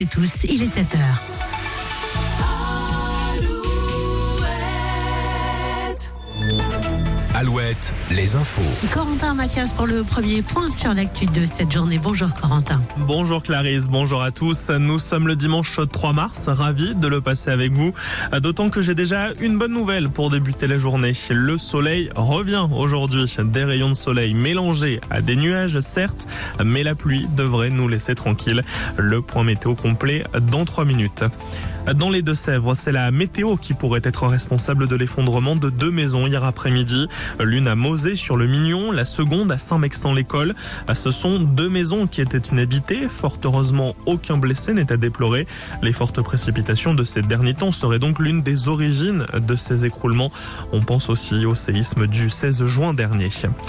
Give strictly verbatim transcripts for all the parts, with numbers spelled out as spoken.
Et tous, il est sept heures. Alouette, les infos. Corentin Mathias pour le premier point sur l'actu de cette journée. Bonjour Corentin. Bonjour Clarisse, bonjour à tous. Nous sommes le dimanche trois mars, ravis de le passer avec vous. D'autant que j'ai déjà une bonne nouvelle pour débuter la journée. Le soleil revient aujourd'hui. Des rayons de soleil mélangés à des nuages, certes, mais la pluie devrait nous laisser tranquilles. Le point météo complet dans trois minutes. Dans les Deux-Sèvres, c'est la météo qui pourrait être responsable de l'effondrement de deux maisons hier après-midi. L'une à Mauzé sur le Mignon, la seconde à Saint-Mexant-l'École. Ce sont deux maisons qui étaient inhabitées. Fort heureusement, aucun blessé n'est à déplorer. Les fortes précipitations de ces derniers temps seraient donc l'une des origines de ces écroulements. On pense aussi au séisme du seize juin dernier.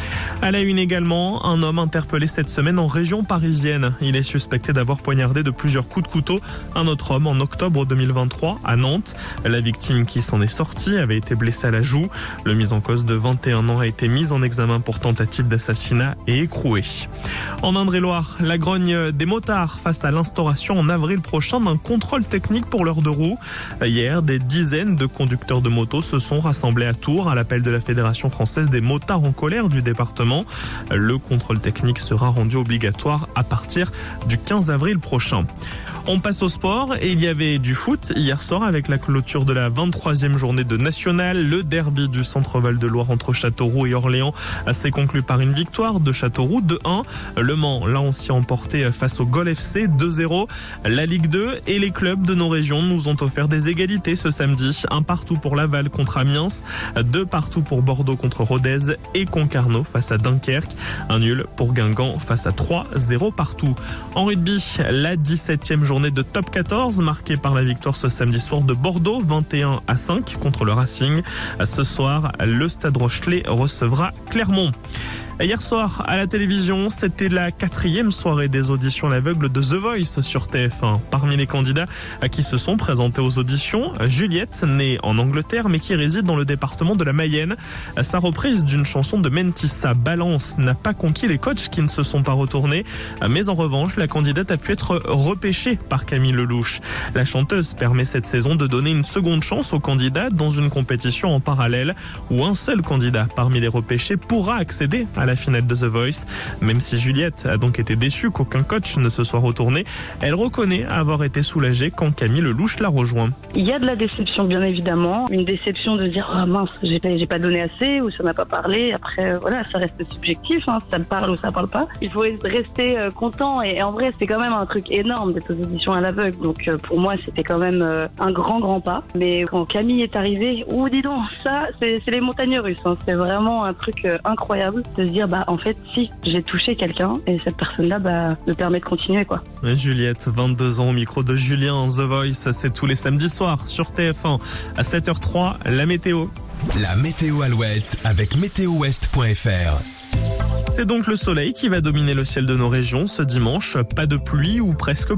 À la une également, un homme interpellé cette semaine en région parisienne. Il est suspecté d'avoir poignardé de plusieurs coups de couteau un autre homme en octobre deux mille vingt-trois à Nantes. La victime qui s'en est sortie avait été blessée à la joue. Le mis en cause de vingt et un ans a été mis en examen pour tentative d'assassinat et écroué. En Indre-et-Loire, la grogne des motards face à l'instauration en avril prochain d'un contrôle technique pour leurs deux roues. Hier, des dizaines de conducteurs de motos se sont rassemblés à Tours à l'appel de la Fédération française des motards en colère du département. Le contrôle technique sera rendu obligatoire à partir du quinze avril prochain. On passe au sport et il y avait du foot hier soir avec la clôture de la vingt-troisième journée de National. Le derby du Centre Val-de-Loire entre Châteauroux et Orléans s'est conclu par une victoire de Châteauroux deux un. Le Mans l'a aussi emporté face au Gol F C deux zéro. La Ligue deux et les clubs de nos régions nous ont offert des égalités ce samedi. Un partout pour Laval contre Amiens, deux partout pour Bordeaux contre Rodez et Concarneau face à Dunkerque. Un nul pour Guingamp face à trois zéro partout. En rugby, la dix-septième journée de top quatorze marquée par la victoire ce samedi soir de Bordeaux vingt et un à cinq contre le Racing. Ce soir, le Stade Rochelais recevra Clermont. Hier soir, à la télévision, c'était la quatrième soirée des auditions à l'aveugle de The Voice sur T F un. Parmi les candidats qui se sont présentés aux auditions, Juliette, née en Angleterre mais qui réside dans le département de la Mayenne. Sa reprise d'une chanson de Mentissa, Balance, n'a pas conquis les coachs qui ne se sont pas retournés. Mais en revanche, la candidate a pu être repêchée par Camille Lelouch. La chanteuse permet cette saison de donner une seconde chance aux candidats dans une compétition en parallèle où un seul candidat parmi les repêchés pourra accéder à la finale de The Voice. Même si Juliette a donc été déçue qu'aucun coach ne se soit retourné, elle reconnaît avoir été soulagée quand Camille Lelouch l'a rejoint. Il y a de la déception bien évidemment, une déception de dire oh mince, j'ai pas, j'ai pas donné assez ou ça m'a pas parlé. Après voilà, ça reste subjectif, hein, ça me parle ou ça parle pas. Il faut rester euh, content et, et en vrai c'est quand même un truc énorme d'être aux auditions à l'aveugle. Donc euh, pour moi c'était quand même euh, un grand grand pas. Mais quand Camille est arrivée, oh dis donc, ça c'est, c'est les montagnes russes. Hein. C'est vraiment un truc euh, incroyable de se dire bah en fait si j'ai touché quelqu'un et cette personne-là bah me permet de continuer quoi. Juliette, vingt-deux ans au micro de Julien, The Voice, c'est tous les samedis soirs sur T F un à sept heures trois, la météo. La météo Alouette avec météo ouest point f r. C'est donc le soleil qui va dominer le ciel de nos régions ce dimanche. Pas de pluie ou presque